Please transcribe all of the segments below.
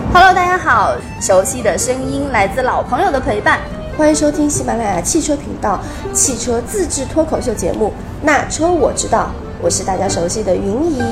Hello， 大家好，熟悉的声音来自老朋友的陪伴， 欢迎收听喜马拉雅汽车频道汽车自制脱口秀节目《那车我知道》，我是大家熟悉的云姨。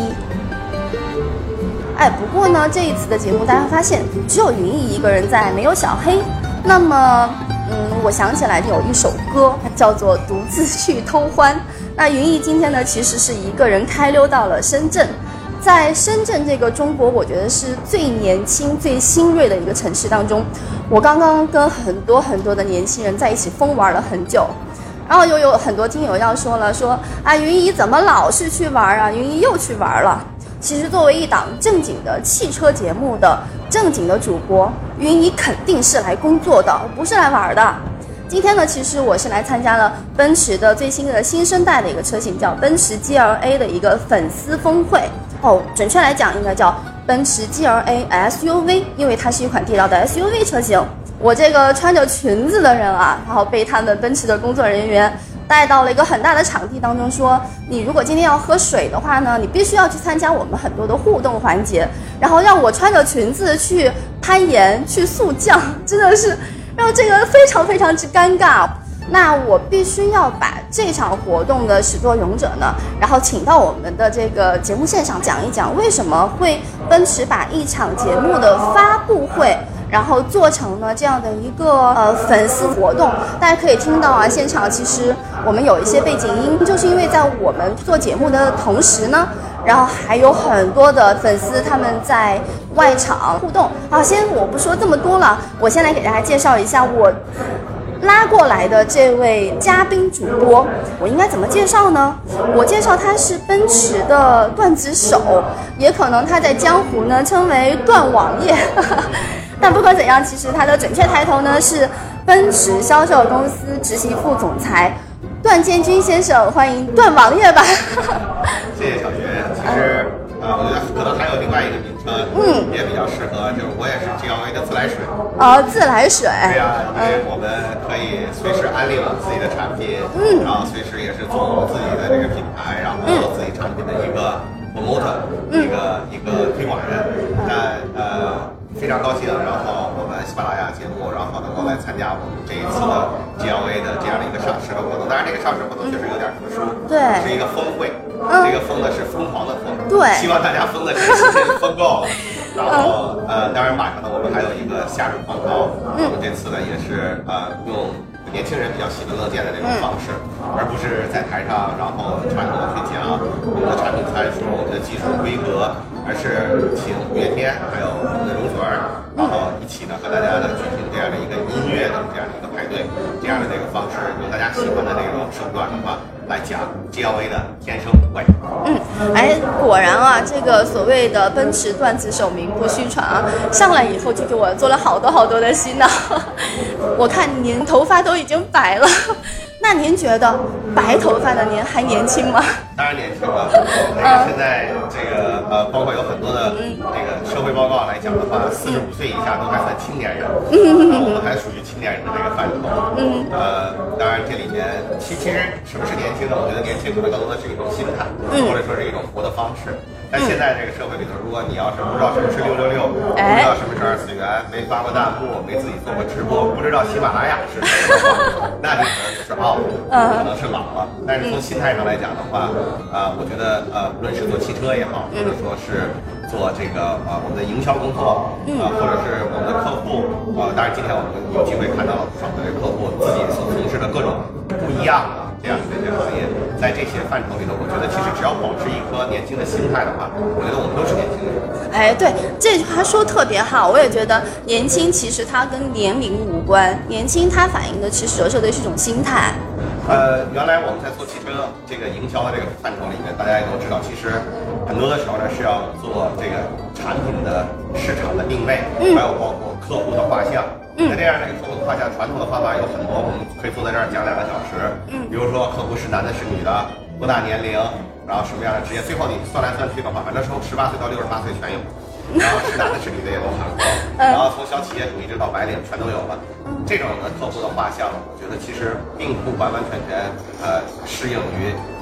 不过呢，这一次的节目大家发现只有云姨一个人在，没有小黑。那么，我想起来有一首歌叫做《独自去偷欢》。那云姨今天呢，其实是一个人开溜到了深圳。在深圳这个中国我觉得是最年轻最新锐的一个城市当中，我刚刚跟很多的年轻人在一起疯玩了很久，然后又有很多听友要说云姨怎么老是去玩啊，云姨又去玩了。其实作为一档正经的汽车节目的正经的主播，云姨肯定是来工作的，不是来玩的。今天呢，其实我是来参加了奔驰的最新的新生代的一个车型，叫奔驰 GLA 的一个粉丝峰会。准确来讲应该叫奔驰 GLA SUV， 因为它是一款地道的 SUV 车型。我这个穿着裙子的人啊，然后被他们奔驰的工作人员带到了一个很大的场地当中，说你如果今天要喝水的话呢，你必须要去参加我们很多的互动环节，然后让我穿着裙子去攀岩去速降，真的是让这个非常之尴尬。那我必须要把这场活动的始作俑者呢，然后请到我们的这个节目现场讲一讲，为什么会奔驰把一场节目的发布会然后做成了这样的一个粉丝活动。大家可以听到啊，现场其实我们有一些背景音，就是因为在我们做节目的同时呢，然后还有很多的粉丝他们在外场互动。好，我不说这么多了，我先来给大家介绍一下我拉过来的这位嘉宾主播。我应该怎么介绍呢？我介绍他是奔驰的段子手，也可能他在江湖呢称为段王爷但不管怎样，其实他的准确抬头呢是奔驰销售公司执行副总裁段建军先生，欢迎段王爷吧谢谢小学。其实我觉得可能还有另外一个名称，也比较适合，就是我也是 GLA 的自来水。 自来水。 对呀，因为我们可以随时安利我们自己的产品，然后随时也是做我们自己的这个品牌，然后做自己产品的一个 promoter，一个推广人。非常高兴，然后我们喜马拉雅节目，然后能够来参加我们这一次的 GLA 的这样的一个上市的活动。当然，这个上市活动确实有点特殊， 对， 是一个峰会。这个疯的是疯狂的疯， 对， 希望大家疯的开心，疯够了。然后当然晚上呢，我们还有一个夏日狂潮。我们这次呢也是用年轻人比较喜闻乐见的这种方式，而不是在台上然后传统的去讲我们的产品参数、我们的技术规格，而是请五月天还有我们的容祖儿，然后一起呢和大家呢举行这样的一个音乐的这样的一个派对，这样的这个方式，用大家喜欢的这种手段的话来讲 GLA 的天生不会。 果然啊，这个所谓的奔驰段子手名不虚传啊，上来以后就给我做了好多的洗脑。我看您头发都已经白了，那您觉得白头发的您还年轻吗？ 当然年轻了。现在这个包括有很多的这个社会报告来讲的话，45岁以下都还算青年人，我们还属于青年人的这个范畴。当然这里面其实什么是年轻呢？我觉得年轻可能更多的是一种心态，或者说是一种活的方式。但现在这个社会里头，如果你要是不知道什么是666，不知道什么是二次元，没发过弹幕，没自己做过直播，不知道喜马拉雅是什么，那你可能就是可能是老了。但是从心态上来讲的话，我觉得无论是做汽车也好，或者说是做这个我们的营销工作，或者是我们的客户，当然今天我们有机会看到了不少的这个客户自己所从事的各种不一样的这样的一些行业，在这些范畴里头，我觉得其实只要保持一颗年轻的心态的话，我觉得我们都是年轻人。 对，这句话说特别好，我也觉得年轻其实它跟年龄无关，年轻它反映的其实有时候的是一种心态。 原来我们在做汽车这个营销的这个范畴里面，大家也都知道，其实很多的时候呢是要做这个产品的市场的定位，还有包括客户的画像。那这样的一个客户的画像，传统的方法有很多，我们可以坐在这儿讲2个小时。比如说客户是男的是女的，多大年龄，然后什么样的职业，最后你算来算去的话，反正从18岁到68岁全有。然后是男的是女的也都谈过，然后从小企业主一直到白领全都有了。这种的客户的画像，我觉得其实并不完完全全适应于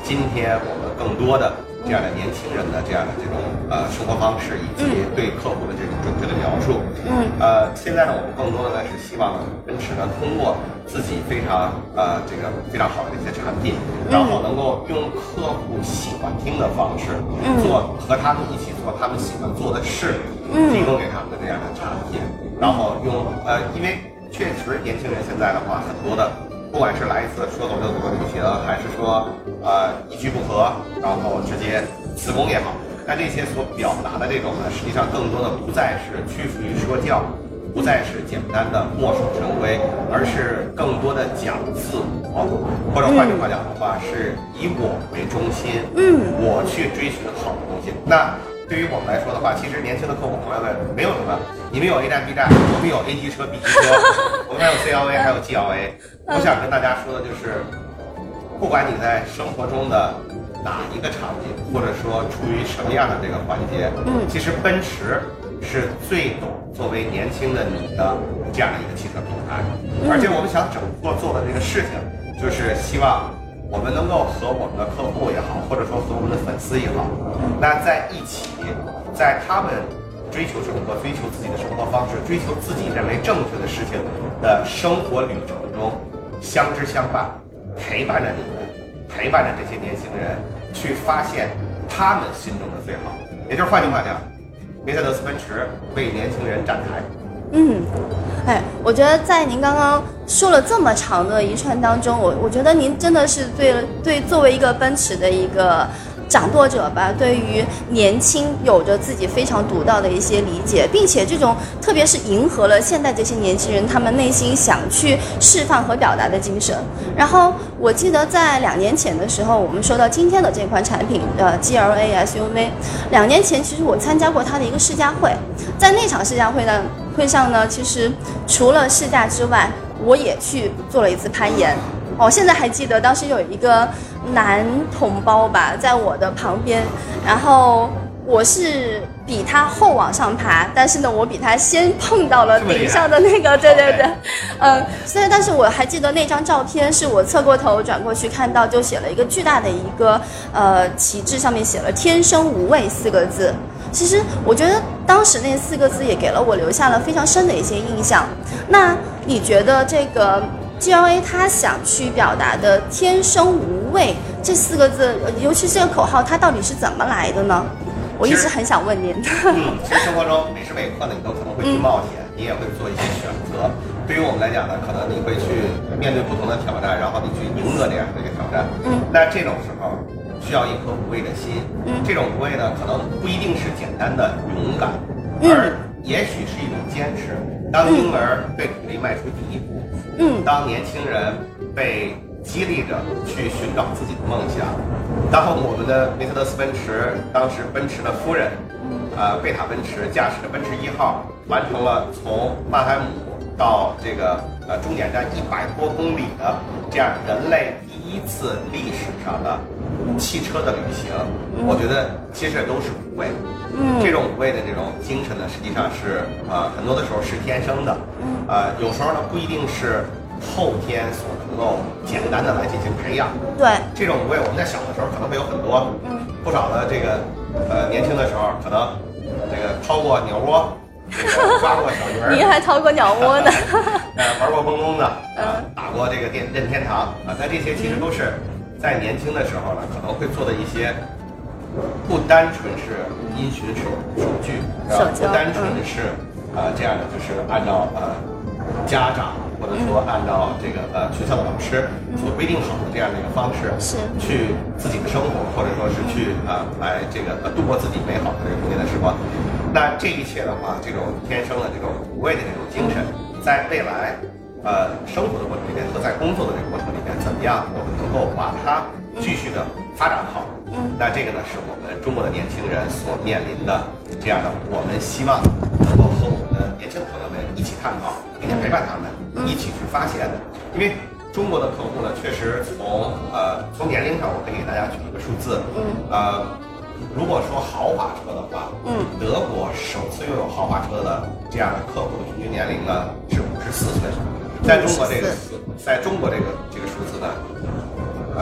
今天我们更多的这样的年轻人的这样的这种生活方式，以及对客户的这种准确的描述。现在呢，我们更多的呢是希望奔驰呢通过自己非常这个非常好的一些产品，然后能够用客户喜欢听的方式做，和他们一起做他们喜欢做的事，提供给他们的这样的产品，然后用因为确实年轻人现在的话，很多的。不管是来一次说走就走的旅行，还是说一句不合，然后直接辞工也好，但这些所表达的这种呢，实际上更多的不再是屈服于说教，不再是简单的墨守成规，而是更多的讲自我，或者换句话讲的话，是以我为中心，我去追寻好的东西。那对于我们来说的话，其实年轻的客户朋友们没有什么，你们有 A 站 B 站，我们有 A 级车 B 级车，我们还有 CLA 还有 GLA。我想跟大家说的就是，不管你在生活中的哪一个场景，或者说处于什么样的这个环节，其实奔驰是最懂作为年轻的你的这样的一个汽车品牌，而且我们想整个做的这个事情，就是希望我们能够和我们的客户也好，或者说和我们的粉丝也好，那在一起，在他们追求生活、追求自己的生活方式、追求自己认为正确的事情的生活旅程中相知相伴，陪伴着你们，陪伴着这些年轻人去发现他们心中的最好。也就是换句话讲，梅赛德斯奔驰为年轻人站台。 我觉得在您刚刚说了这么长的一串当中，我觉得您真的是对作为一个奔驰的一个掌舵者吧，对于年轻有着自己非常独到的一些理解，并且这种特别是迎合了现在这些年轻人他们内心想去释放和表达的精神。然后我记得在2年前的时候，我们说到今天的这款产品GLA SUV， 2年前其实我参加过它的一个试驾会，在那场试驾会上呢，其实除了试驾之外，我也去做了一次攀岩。现在还记得当时有一个男同胞吧，在我的旁边，然后我是比他后往上爬，但是呢，我比他先碰到了顶上的那个，对，所以但是我还记得那张照片，是我侧过头转过去看到，就写了一个巨大的一个旗帜，上面写了"天生无畏"4个字。其实我觉得当时那4个字也给了我留下了非常深的一些印象。那你觉得这个GLA 它想去表达的"天生无畏"这4个字，尤其这个口号，它到底是怎么来的呢？我一直很想问您。 其实生活中每时每刻呢，你都可能会去冒险，你也会做一些选择。对于我们来讲呢，可能你会去面对不同的挑战，然后你去赢得这样的一个挑战。那这种时候需要一颗无畏的心。这种无畏呢，可能不一定是简单的勇敢，而也许是一种坚持。当婴儿被鼓励迈出第一步，当年轻人被激励着去寻找自己的梦想，当我们的梅赛德斯奔驰，当时奔驰的夫人，贝塔奔驰驾驶着奔驰1号，完成了从曼海姆到这个终点站100多公里的这样人类第一次历史上的汽车的旅行。我觉得其实都是无畏。这种无畏的这种精神呢，实际上是很多的时候是天生的，有时候呢不一定是后天所能够简单的来进行培养。 对， 这种无畏，我们在小的时候可能会有很多，不少的这个年轻的时候可能这个掏过鸟窝，抓过小鱼儿， 您还掏过鸟窝呢， 玩过蹦蹦的，打过这个任天堂那这些其实都是在年轻的时候呢可能会做的一些。不单纯是因循手据，不单纯是这样的，就是按照家长或者说按照这个学校的老师所规定好的这样的一个方式，去自己的生活，或者说是去来这个度过自己美好的这个童年的时光。那这一切的话，这种天生的这种无畏的这种精神，在未来生活的过程里面和在工作的这个过程里面，怎么样我们能够把它继续的发展好？那这个呢，是我们中国的年轻人所面临的这样的，我们希望能够和我们的年轻朋友们一起探讨，并且陪伴他们一起去发现的。因为中国的客户呢，确实从年龄上，我可以给大家举一个数字，如果说豪华车的话，德国首次拥有豪华车的这样的客户的平均年龄呢是54岁，在中国这个数字呢，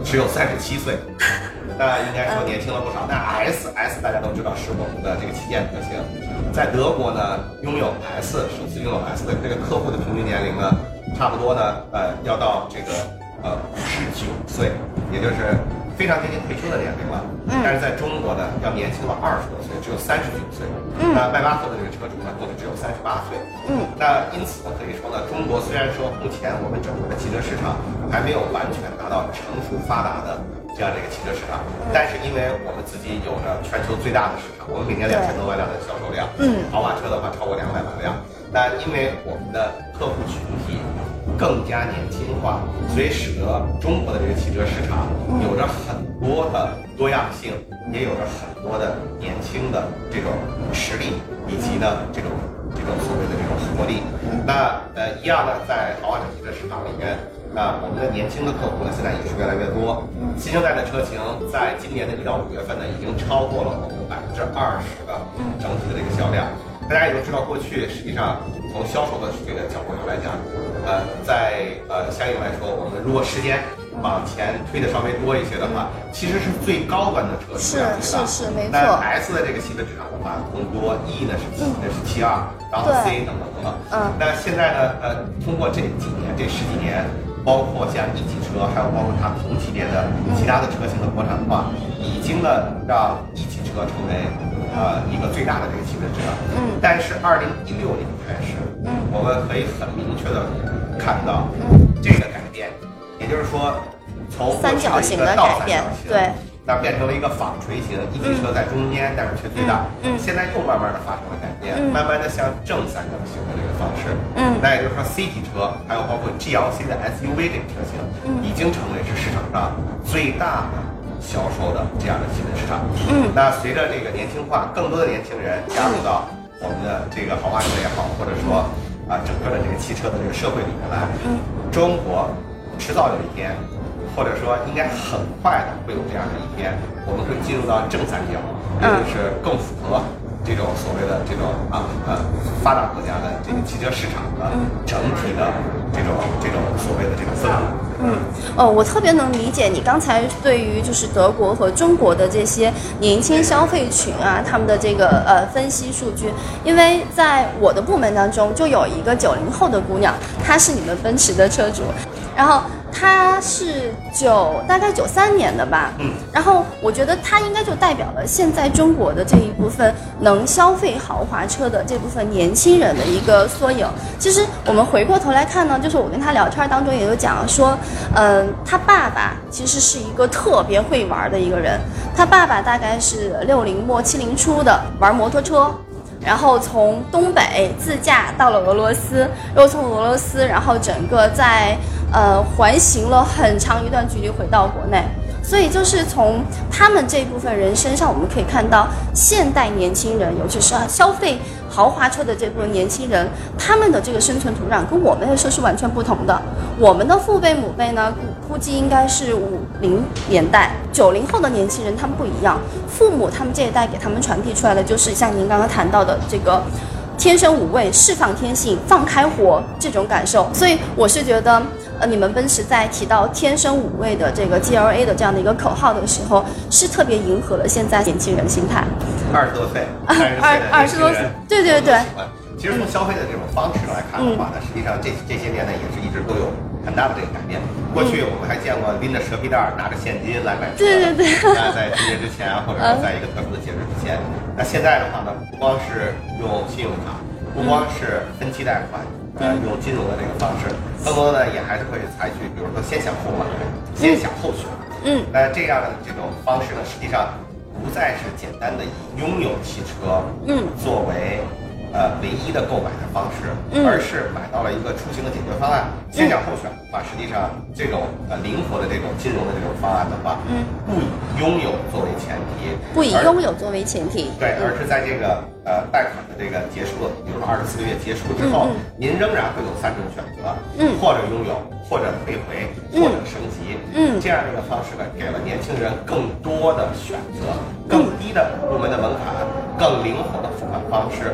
只有37岁，那应该说年轻了不少。那 S 大家都知道是我们的这个旗舰车型，在德国呢，首次拥有 S 的这个客户的平均年龄呢，差不多呢，要到这个59岁，也就是非常接近退休的年龄了。但是在中国呢，要年轻了20多岁，只有39岁。那迈巴赫的这个车主呢，都是只有38岁。那因此呢，可以说呢，中国虽然说目前我们整个的汽车市场还没有完全达到成熟发达的这样的一个汽车市场，但是因为我们自己有着全球最大的市场，我们每年2000多万辆的销售量，宝马车的话超过200万辆。那因为我们的客户群体更加年轻化，所以使得中国的这个汽车市场有着很多的多样性，也有着很多的年轻的这种实力，以及呢这种所谓的这种活力。那一样呢，在豪华汽车市场里面，那我们的年轻的客户呢，现在也是越来越多。新生代的车型在今年的1到5月份呢，已经超过了我们20%的整体的这个销量。大家也都知道，过去实际上从销售的这个角度上来讲，在相应来说，我们如果时间往前推的稍微多一些的话，其实是最高端的车数量最大。 是没错。 那 S 的这个细分市场的话更多，E 呢是72，然后 C 等等。那现在呢，通过这几年这10几年，包括像一级车，还有包括它同级别的其他的车型的国产化，已经呢让一级车成为一个最大的这个细分市场。但是2016年开始，我们可以很明确的看到这个改变，也就是说从三角形的改变，对， 那变成了一个纺锤形，一级车在中间，但是却最大。现在又慢慢的发生了改变，慢慢的向正三角形的这个方式。那也就是说 C 级车，还有包括 GLC 的 SUV 这个车型，已经成为是市场上最大的销售的这样的细分市场。那随着这个年轻化，更多的年轻人加入到我们的这个豪华车也好，或者说整个的这个汽车的这个社会里面来，中国迟早有一天，或者说应该很快的会有这样的一天，我们会进入到正三角，也就是更符合这种所谓的这种发达国家的这个汽车市场的整体的这种所谓的这个氛围。 我特别能理解你刚才对于就是德国和中国的这些年轻消费群啊，他们的这个分析数据，因为在我的部门当中就有一个90后的姑娘，她是你们奔驰的车主，然后她是大概93年的吧，然后我觉得她应该就代表了现在中国的这一部分能消费豪华车的这部分年轻人的一个缩影。其实我们回过头来看呢，就是我跟她聊天当中也有讲说，她爸爸其实是一个特别会玩的一个人，她爸爸大概是60末70初的，玩摩托车。然后从东北自驾到了俄罗斯，又从俄罗斯，然后整个在环行了很长一段距离回到国内。所以就是从他们这部分人身上，我们可以看到现代年轻人，尤其是消费豪华车的这部分年轻人，他们的这个生存土壤跟我们来说是完全不同的。我们的父辈母辈呢，估计应该是50年代，90后的年轻人他们不一样，父母他们这一代给他们传递出来的就是像您刚刚谈到的这个天生五味，释放天性，放开活这种感受。所以我是觉得你们奔驰在提到天生五味的这个 GLA 的这样的一个口号的时候，是特别迎合了现在年轻人心态。 20多岁 ，20多岁，对。 其实从消费的这种方式来看的话呢，实际上这些年呢也是一直都有很大的这个改变。过去我们还见过拎着蛇皮袋拿着现金来买车，对。那在节日之前，或者说在一个特殊的节日之前，那现在的话呢，不光是用信用卡，不光是分期贷款，用金融的这个方式，更多的呢也还是会采取，比如说先享后买，先享后选。这样的这种方式呢，实际上不再是简单的以拥有汽车作为唯一的购买的方式，而是买到了一个出行的解决方案，先享后选的话，实际上这种灵活的这种金融的这种方案的话，不以拥有作为前提，对，而是在这个贷款的这个结束，比如说24个月结束之后，您仍然会有3种选择，或者拥有，或者赔回，或者升级，这样的一个方式呢，给了年轻人更多的选择，更低的入门的门槛，更灵活的付款方式。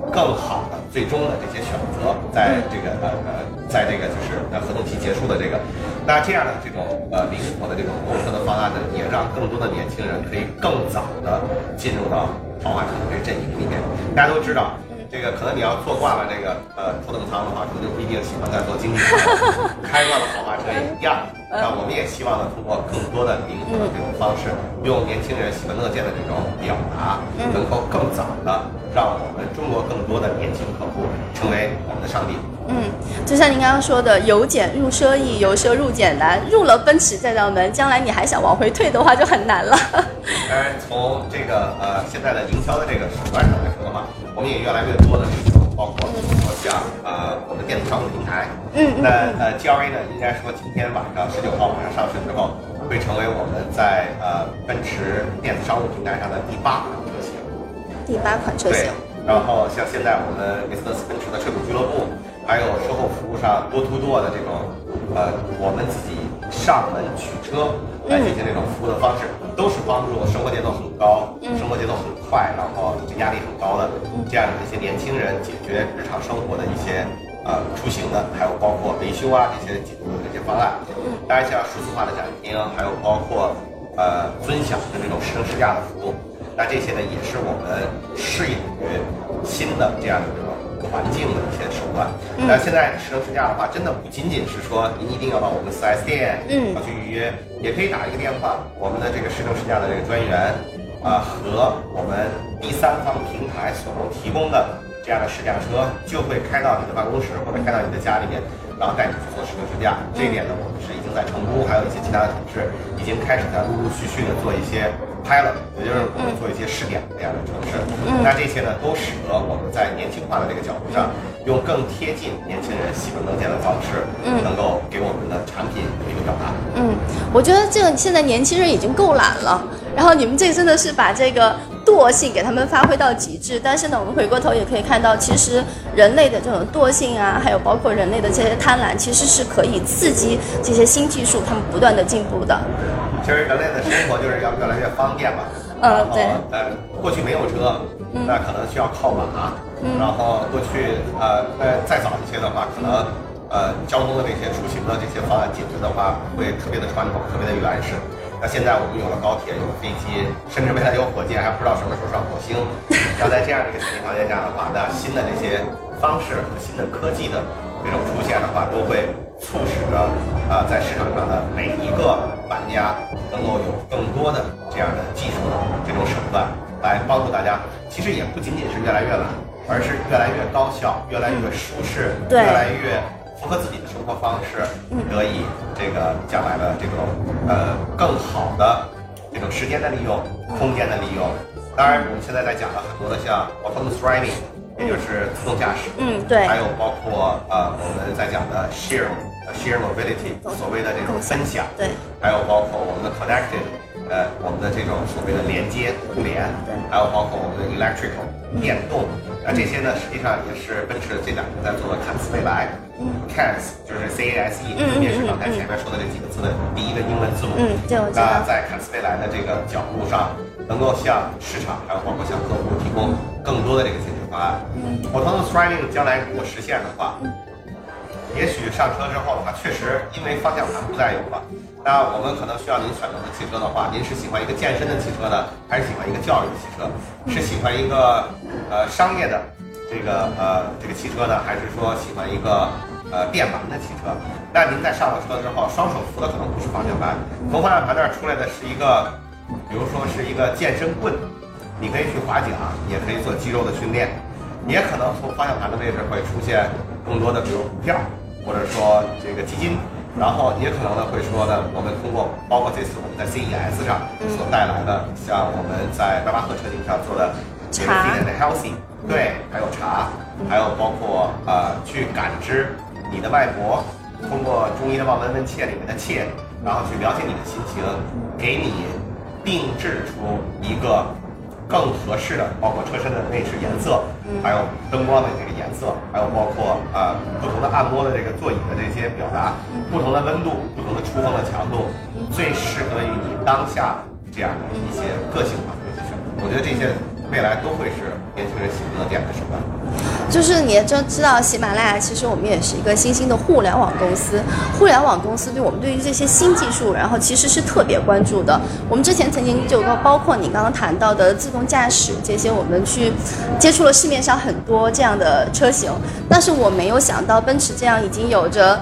更好的最终的这些选择，在这个就是合同期结束的这个，那这样的这种灵活的这种购车的方案呢，也让更多的年轻人可以更早的进入到豪华车的这个阵营里面。大家都知道。这个可能你要坐惯了这个头等舱的话，可能就不一定喜欢再坐经济舱。开惯了豪华车也一样。那我们也希望呢，通过更多的灵活的这种方式，用年轻人喜闻乐见的这种表达，能够更早的让我们中国更多的年轻客户成为我们的上帝。 就像您刚刚说的，由俭入奢易，由奢入俭难。入了奔驰这道门，将来你还想往回退的话，就很难了。 当然，从这个现在的营销的这个手段上来说的话，我们也越来越多的这种，包括说像我们电子商务平台，那GLA 呢，应该说今天晚上19号晚上上市之后，会成为我们在奔驰电子商务平台上的第8款车型。 第8款车型。 然后像现在我们梅赛德斯奔驰的车主俱乐部，还有售后服务上多to door的这种我们自己上门取车来进行这种服务的方式，都是帮助生活节奏很高、生活节奏很快，然后压力很高的这样的一些年轻人解决日常生活的一些出行的，还有包括维修啊这些解决的这些方案。当然像数字化的展厅，还有包括尊享的这种试乘试驾的服务。那这些呢，也是我们适应于新的这样的这种环境的一些手段。那现在试乘试驾的话，真的不仅仅是说您一定要到我们4S店要去预约，也可以打一个电话，我们的这个试乘试驾的这个专员和我们第三方平台所能提供的这样的试驾车，就会开到你的办公室或者开到你的家里面，然后带你去做试乘试驾。这一点呢，我们是已经在成都还有一些其他的城市已经开始在陆陆续续的做一些pilot，也就是我们做一些试点这样的城市。那这些呢，都使得我们在年轻化的这个角度上，用更贴近年轻人喜闻乐见的方式，能够给我们的产品有一个表达。 我觉得这个现在年轻人已经够懒了，然后你们这真的是把这个惰性给他们发挥到极致。但是呢，我们回过头也可以看到，其实人类的这种惰性啊，还有包括人类的这些贪婪，其实是可以刺激这些新技术他们不断的进步的。 其实人类的生活就是要越来越方便嘛。 对。 过去没有车，那可能需要靠马。然后过去再早一些的话，可能交通的这些出行的这些方案解决的话，会特别的传统，特别的原始。那现在我们有了高铁，有了飞机，甚至未来有火箭，还不知道什么时候上火星。要在这样的一个前提条件下的话，那新的这些方式和新的科技的这种出现的话，都会促使着在市场上的每一个玩家能够有更多的这样的技术的这种手段来帮助大家。其实也不仅仅是越来越懒，而是越来越高效，越来越舒适，越来越符合自己的生活方式，得以这个将来的这种更好的这种时间的利用、空间的利用。当然，我们现在在讲了很多的像 autonomous driving， 也就是自动驾驶， 对， 还有包括我们在讲的 share mobility， 所谓的这种分享， 对， 还有包括我们的 connected， 我们的这种所谓的连接互联，还有包括我们的 electrical 电动。那这些呢，实际上也是奔驰这2年在做的看似未来。CASE 就是 CASE， 分别是刚才前面说的这几个字的第一个英文字母。那在看似未来的这个角度上，能够向市场还有包括向客户提供更多的这个解决方案。autonomous driving 将来如果实现的话，也许上车之后的话，确实因为方向盘不再有了，那我们可能需要您选择的汽车的话，您是喜欢一个健身的汽车呢，还是喜欢一个教育的汽车？是喜欢一个商业的这个汽车呢，还是说喜欢一个电玩的汽车？那您在上了车之后，双手扶的可能不是方向盘，从方向盘那儿出来的是一个，比如说是一个健身棍，你可以去划桨，也可以做肌肉的训练，也可能从方向盘的位置会出现更多的比如股票，或者说这个基金。然后也可能呢会说呢，我们通过包括这次我们在 CES 上所带来的，像我们在巴巴赫车型上做的这个 Fit and Healthy， 对，还有茶，还有包括去感知你的脉搏，通过中医的望闻问切里面的切，然后去了解你的心情，给你定制出一个更合适的，包括车身的内饰颜色，还有灯光的这个颜色，还有包括不同的按摩的这个座椅的这些表达，不同的温度，不同的出风的强度，最适合于你当下这样的一些个性化的这些选择。我觉得这些未来都会是年轻人喜欢的这样的手段。 就是你也知道，喜马拉雅其实我们也是一个新兴的互联网公司。互联网公司对我们对于这些新技术，然后其实是特别关注的。我们之前曾经就包括你刚刚谈到的自动驾驶这些，我们去接触了市面上很多这样的车型，但是我没有想到奔驰这样已经有着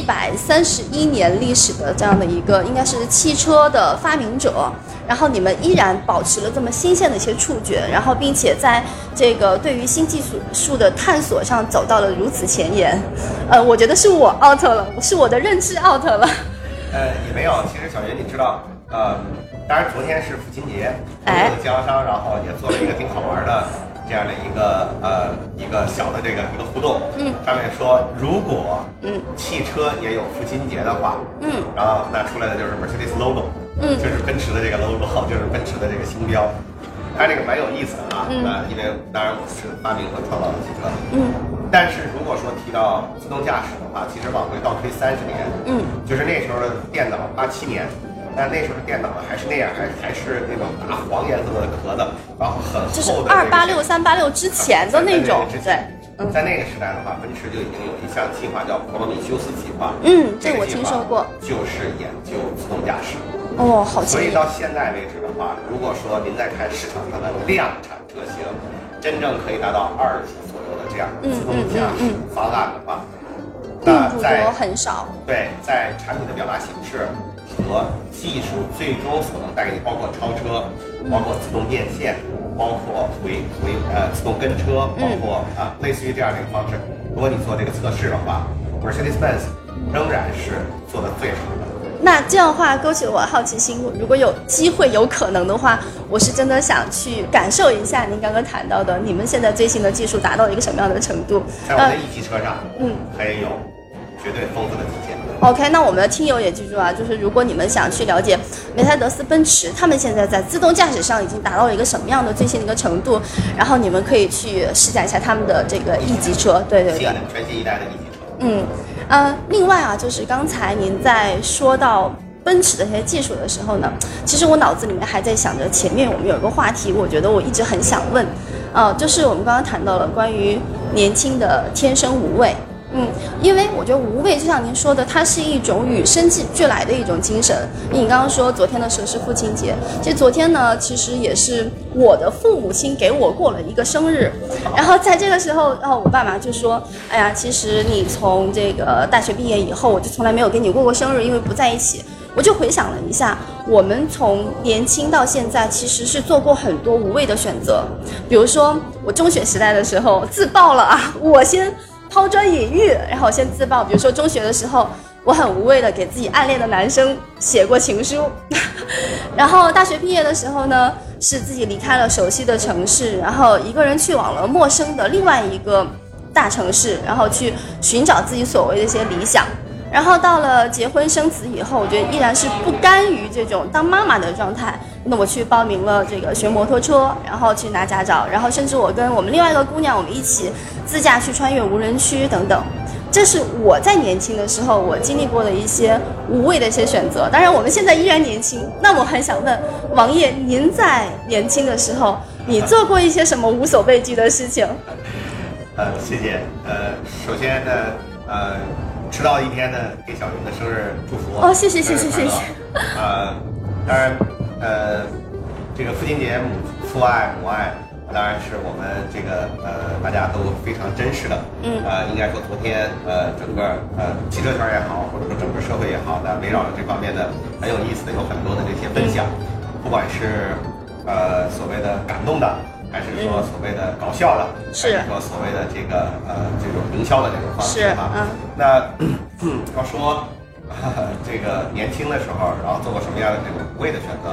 131年历史的这样的一个应该是汽车的发明者，然后你们依然保持了这么新鲜的一些触觉，然后并且在这个对于新技术的探索上走到了如此前沿。我觉得是我 out 了，是我的认知 out 了。 也没有，其实小云你知道，当然昨天是父亲节，所有的经销商然后也做了一个挺好玩的这样的一个小的这个一个互动，上面说如果汽车也有父亲节的话，然后那出来的就是 Mercedes logo，就是奔驰的这个 logo， 就是奔驰的这个星标，它这个蛮有意思的啊，因为当然我是发明和创造了汽车，但是如果说提到自动驾驶的话，其实往回倒推30年，就是那时候的电脑87年。但那时候的电脑还是那样，还是那种大黄颜色的壳子，然后很厚的、 286、386之前的那种，对。 在那个时代的话，奔驰就已经有一项计划叫普罗米修斯计划。 这我听说过。 就是研究自动驾驶。 哦，好奇。 所以到现在为止的话，如果说您在看市场上的量产车型，真正可以达到2级左右的这样自动驾驶方案的话， 那在很少。 对，在产品的表达形式和技术最终所能带给你，包括超车，包括自动变现，包括自动跟车，包括类似于这样的一个方式。如果你做这个测试的话 ，Mercedes-Benz 仍然是做的最好的。 那这样的话勾起了我的好奇心，如果有机会有可能的话，我是真的想去感受一下您刚刚谈到的你们现在最新的技术达到了一个什么样的程度。 在我们的1级车上，还有绝对丰富的体现。 OK， 那我们的听友也记住啊，就是如果你们想去了解梅赛德斯奔驰他们现在在自动驾驶上已经达到了一个什么样的最新的一个程度，然后你们可以去试驾一下他们的这个1级车。对， 全新一代的1级车。 另外啊，就是刚才您在说到奔驰的这些技术的时候呢，其实我脑子里面还在想着前面我们有一个话题，我觉得我一直很想问，就是我们刚刚谈到了关于年轻的天生无畏。因为我觉得无畏就像您说的，它是一种与生俱来的一种精神。你刚刚说昨天的时候是父亲节，其实昨天呢，其实也是我的父母亲给我过了一个生日。然后在这个时候，我爸妈就说：“哎呀，其实你从这个大学毕业以后，我就从来没有跟你过生日，因为不在一起。”我就回想了一下，我们从年轻到现在，其实是做过很多无谓的选择。比如说，我中学时代的时候自爆了啊，我先抛砖引玉，然后我先自爆。比如说中学的时候，我很无谓的给自己暗恋的男生写过情书，然后大学毕业的时候呢，是自己离开了熟悉的城市，然后一个人去往了陌生的另外一个大城市，然后去寻找自己所谓的一些理想。然后到了结婚生子以后，我觉得依然是不甘于这种当妈妈的状态。那我去报名了这个学摩托车，然后去拿驾照，然后甚至我跟我们另外一个姑娘，我们一起自驾去穿越无人区等等。这是我在年轻的时候我经历过的一些无谓的一些选择。当然我们现在依然年轻，那我很想问王爷，您在年轻的时候你做过一些什么无所畏惧的事情？ 谢谢。首先呢，迟到一天呢，给小云的生日祝福。 谢谢。 当然，这个父亲节父爱母爱，当然是我们这个大家都非常珍视的。应该说昨天整个汽车圈也好，或者说整个社会也好，大家围绕着这方面的很有意思的，有很多的这些分享，不管是所谓的感动的，还是说所谓的搞笑的，还是说所谓的这个这种营销的这种方式啊。那要说这个年轻的时候，然后做过什么样的这种无谓的选择？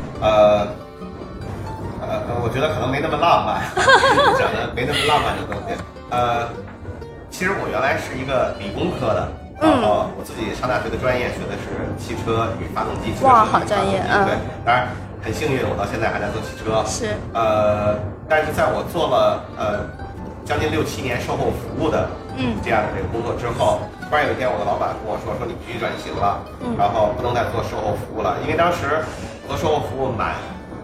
我觉得可能没那么浪漫，讲的没那么浪漫的东西。其实我原来是一个理工科的，然后我自己上大学的专业学的是汽车与发动机。 哇，好专业！ 对，当然很幸运，我到现在还在做汽车。 是。 但是在我做了将近6、7年售后服务的这样的这个工作之后，突然有一天我的老板跟我说你必须转型了，然后不能再做售后服务了，因为当时做售后服务蛮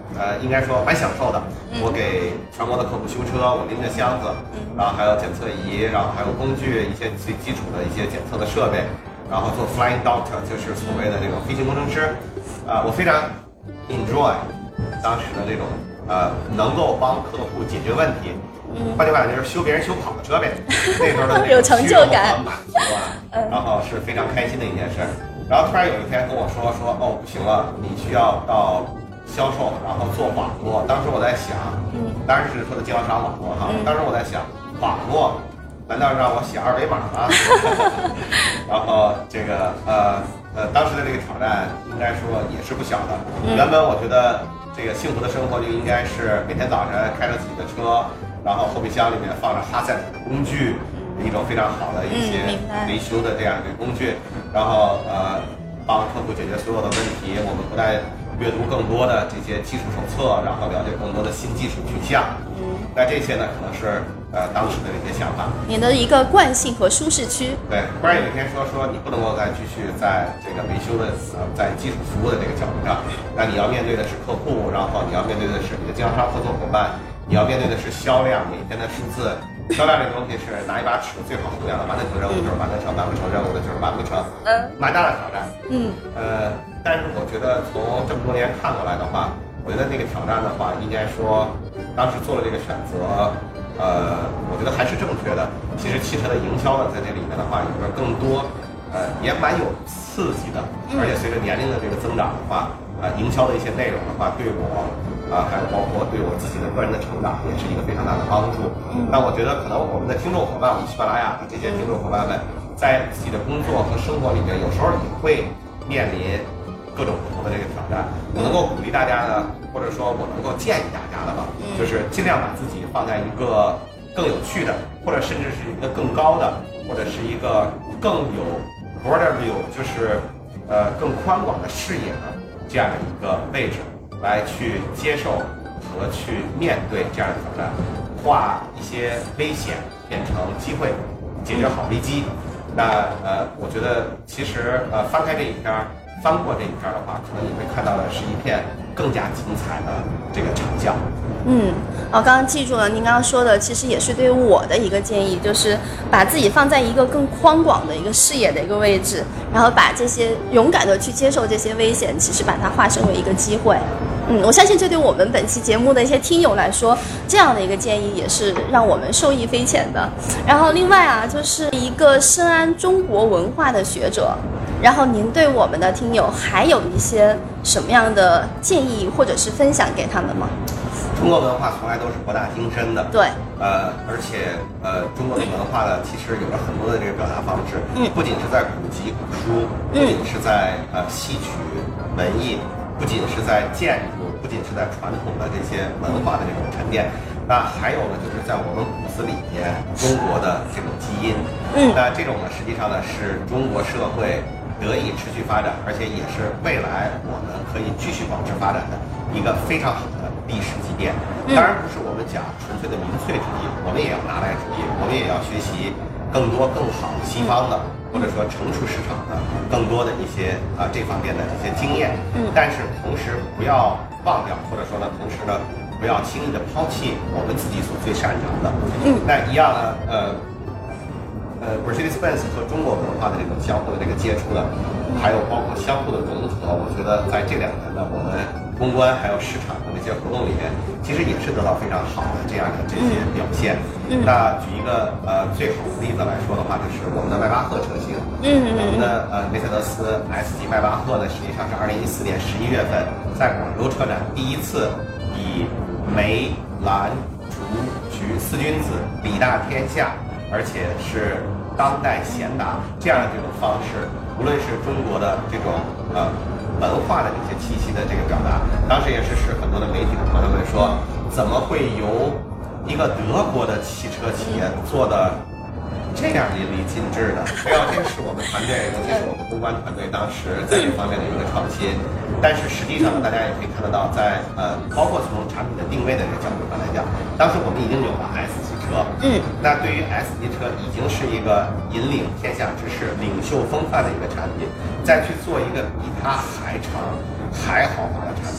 应该说蛮享受的。我给全国的客户修车，我拎着箱子，然后还有检测仪，然后还有工具，一些最基础的一些检测的设备，然后做 flying doctor， 就是所谓的这种飞行工程师。我非常 enjoy 当时的这种能够帮客户解决问题。换句话讲就是修别人修跑的车呗，那时候的有成就感， 满足然后是非常开心的一件事。然后突然有一天跟我说哦不行了，你需要到销售，然后做网络。当时我在想，当然是说的经销商网络哈。当时我在想，网络难道让我写二维码吗？然后这个当时的这个挑战应该说也是不小的。原本我觉得这个幸福的生活就应该是每天早晨开着自己的车，然后后备箱里面放着哈赛的工具，一种非常好的一些维修的这样一个工具，然后帮客户解决所有的问题。我们不但阅读更多的这些技术手册，然后了解更多的新技术取向。那这些呢，可能是当时的一些想法。 你的一个惯性和舒适区。 对，忽然有一天说你不能够再继续在这个维修的在技术服务的这个角度上，那你要面对的是客户，然后你要面对的是你的经销商合作伙伴，你要面对的是销量，每天的数字。销量这个东西是拿一把尺最好衡量的，完成任务就是完成完不成任务的就是完不成，蛮大的挑战。但是我觉得从这么多年看过来的话，我觉得那个挑战的话，应该说当时做了这个选择，我觉得还是正确的。其实汽车的营销呢，在这里面的话，有着更多，也蛮有刺激的，而且随着年龄的这个增长的话，营销的一些内容的话，对我。还有包括对我自己的个人的成长也是一个非常大的帮助。那我觉得可能我们的听众伙伴，我们喜马拉雅的这些听众伙伴们，在自己的工作和生活里面，有时候也会面临各种不同的这个挑战。我能够鼓励大家呢，或者说我能够建议大家的吧，就是尽量把自己放在一个更有趣的，或者甚至是一个更高的，或者是一个更有 broader view， 就是更宽广的视野的这样的一个位置。来去接受和去面对这样的挑战，化一些危险变成机会，解决好危机。那我觉得其实翻开这一篇，翻过这一篇的话，可能你会看到的是一片更加精彩的这个成效。 刚刚记住了您刚刚说的，其实也是对于我的一个建议，就是把自己放在一个更宽广的一个视野的一个位置，然后把这些勇敢的去接受这些危险，其实把它化身为一个机会。我相信这对我们本期节目的一些听友来说，这样的一个建议也是让我们受益匪浅的。然后另外就是一个深谙中国文化的学者，然后您对我们的听友还有一些什么样的建议或者是分享给他们吗？ 中国文化从来都是博大精深的， 对， 而且中国的文化呢，其实有着很多的这个表达方式，不仅是在古籍古书，不仅是在戏曲文艺，不仅是在建筑，不仅是在传统的这些文化的这种沉淀，那还有呢，就是在我们骨子里面中国的这种基因，那这种呢，实际上呢是中国社会得以持续发展，而且也是未来我们可以继续保持发展的一个非常好的历史积淀。当然不是我们讲纯粹的民粹主义，我们也要拿来主义，我们也要学习更多更好西方的，或者说成熟市场的更多的一些这方面的这些经验。但是同时不要忘掉，或者说呢，同时呢不要轻易的抛弃我们自己所最擅长的。那一样呢，Mercedes-Benz 和中国文化的这种相互的这个接触呢，还有包括相互的融合，我觉得在这2年呢，我们公关还有市场的这些活动里面，其实也是得到非常好的这样的这些表现。那举一个最好的例子来说的话，就是我们的迈巴赫车型。我们的梅赛德斯 S 级迈巴赫呢，实际上是2014年11月份在广州车展第一次以梅兰竹菊4君子礼大天下，而且是当代贤达这样的这种方式，无论是中国的这种文化的这些气息的这个表达，当时也是很多的媒体的朋友们说，怎么会由一个德国的汽车企业做的这样淋漓尽致的？这是我们团队，尤其是我们公关团队当时在这方面的一个创新。但是实际上呢，大家也可以看得到，在包括从产品的定位的这个角度上来讲，当时我们已经有了 S 级车。那对于 S 级车已经是一个引领天下之势、领袖风范的一个产品，再去做一个比它还长、还豪华的产品，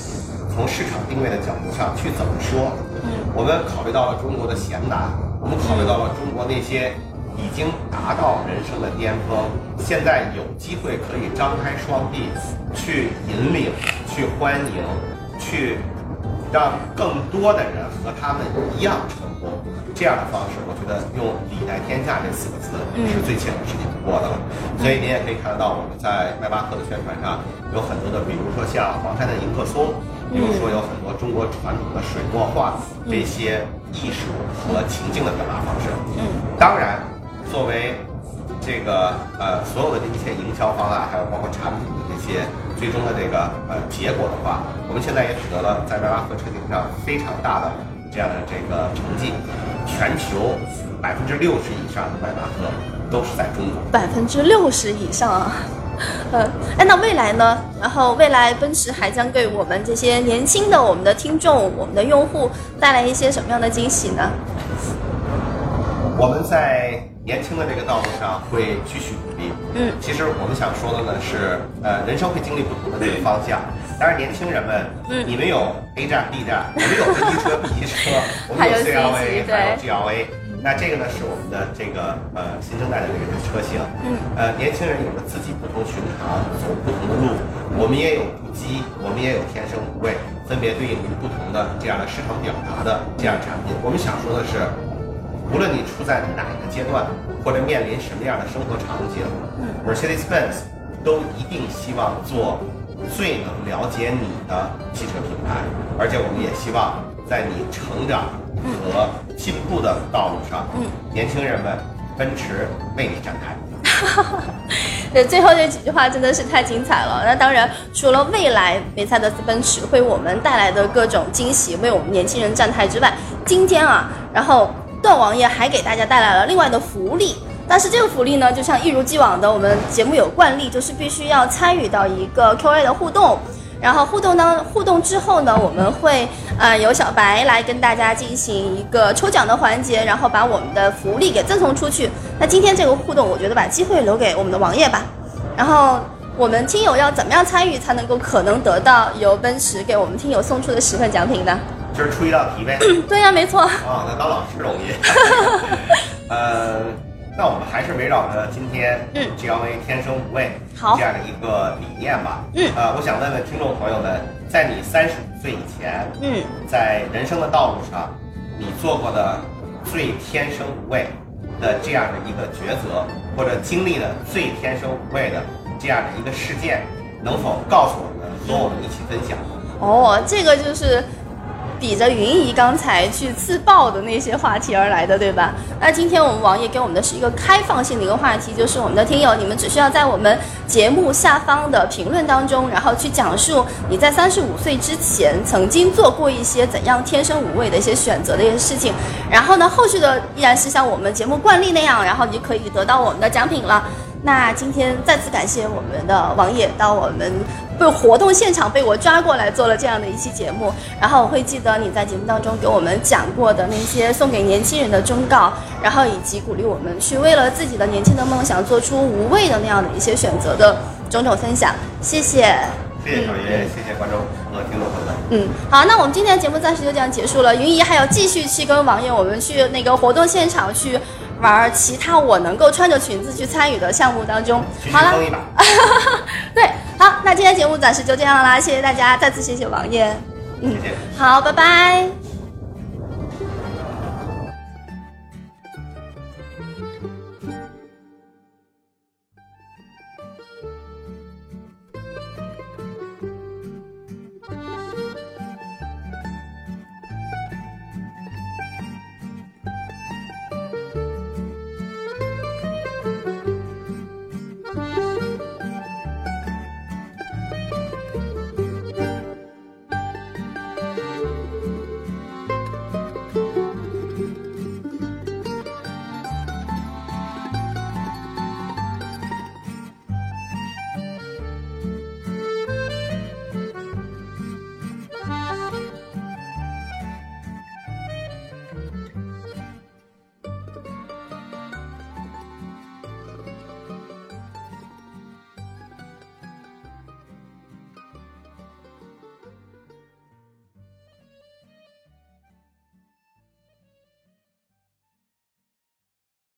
从市场定位的角度上去怎么说。我们考虑到了中国的贤达，我们考虑到了中国那些已经达到人生的巅峰，现在有机会可以张开双臂去引领、去欢迎、去让更多的人和他们一样成功。这样的方式，我觉得用“礼在天下”这4个字是最切合实际不过的了。所以您也可以看得到，我们在迈巴赫的宣传上有很多的，比如说像黄山的迎客松，比如说有很多中国传统的水墨画，这些艺术和情境的表达方式。当然，作为这个所有的这些营销方案，还有包括产品的这些最终的这个结果的话，我们现在也取得了在迈巴赫车顶上非常大的这样的这个成绩，全球60%以上的迈巴赫都是在中国 ，60%以上啊。那未来呢？然后未来奔驰还将给我们这些年轻的我们的听众、我们的用户带来一些什么样的惊喜呢？ 我们在年轻的这个道路上会继续努力。其实我们想说的呢是，人生会经历不同的这个方向。当然，年轻人们，你们有 A 站、B 站，我们有A车、B 车，我们有 CLA， 还有 GLA。那这个呢是我们的这个新生代的这个车型。年轻人有着自己不同寻常、走不同的路，我们也有不羁，我们也有天生无畏，分别对应于不同的这样的市场表达的这样的产品。我们想说的是，无论你处在哪一个阶段，或者面临什么样的生活场景，Mercedes-Benz 都一定希望做最能了解你的汽车品牌，而且我们也希望在你成长和进步的道路上，年轻人们，奔驰为你站台。 对，最后这几句话真的是太精彩了。那当然，除了未来梅赛德斯奔驰为我们带来的各种惊喜，为我们年轻人站台之外，今天然后段王爷还给大家带来了另外的福利。但是这个福利呢，就像一如既往的，我们节目有惯例，就是必须要参与到一个 Q&A 的互动。然后互动之后呢，我们会由小白来跟大家进行一个抽奖的环节，然后把我们的福利给赠送出去。那今天这个互动，我觉得把机会留给我们的王爷吧。然后我们听友要怎么样参与才能够可能得到由奔驰给我们听友送出的10份奖品呢？ 就是出一道题呗。 对呀，没错。 那当老师容易。那我们还是围绕着今天GLA 天生无畏这样的一个理念吧。我想问问听众朋友们，在你35岁以前，在人生的道路上，你做过的最天生无畏的这样的一个抉择，或者经历的最天生无畏的这样的一个事件，能否告诉我们，和我们一起分享？ 这个就是比着云姨刚才去自爆的那些话题而来的，对吧？那今天我们王爷给我们的是一个开放性的一个话题，就是我们的听友，你们只需要在我们节目下方的评论当中，然后去讲述你在35岁之前曾经做过一些怎样天生无畏的一些选择的一些事情，然后呢，后续的依然是像我们节目惯例那样，然后你就可以得到我们的奖品了。那今天再次感谢我们的王爷到我们活动现场被我抓过来做了这样的一期节目，然后我会记得你在节目当中给我们讲过的那些送给年轻人的忠告，然后以及鼓励我们去为了自己的年轻的梦想做出无畏的那样的一些选择的种种分享。谢谢。 谢谢小爷，谢谢观众和听众朋友们。 好，那我们今天的节目暂时就这样结束了。云姨还要继续去跟王爷我们去那个活动现场去玩其他我能够穿着裙子去参与的项目当中。好了，对，好，那今天节目暂时就这样啦，谢谢大家，再次谢谢王爷。 谢谢。 好，拜拜。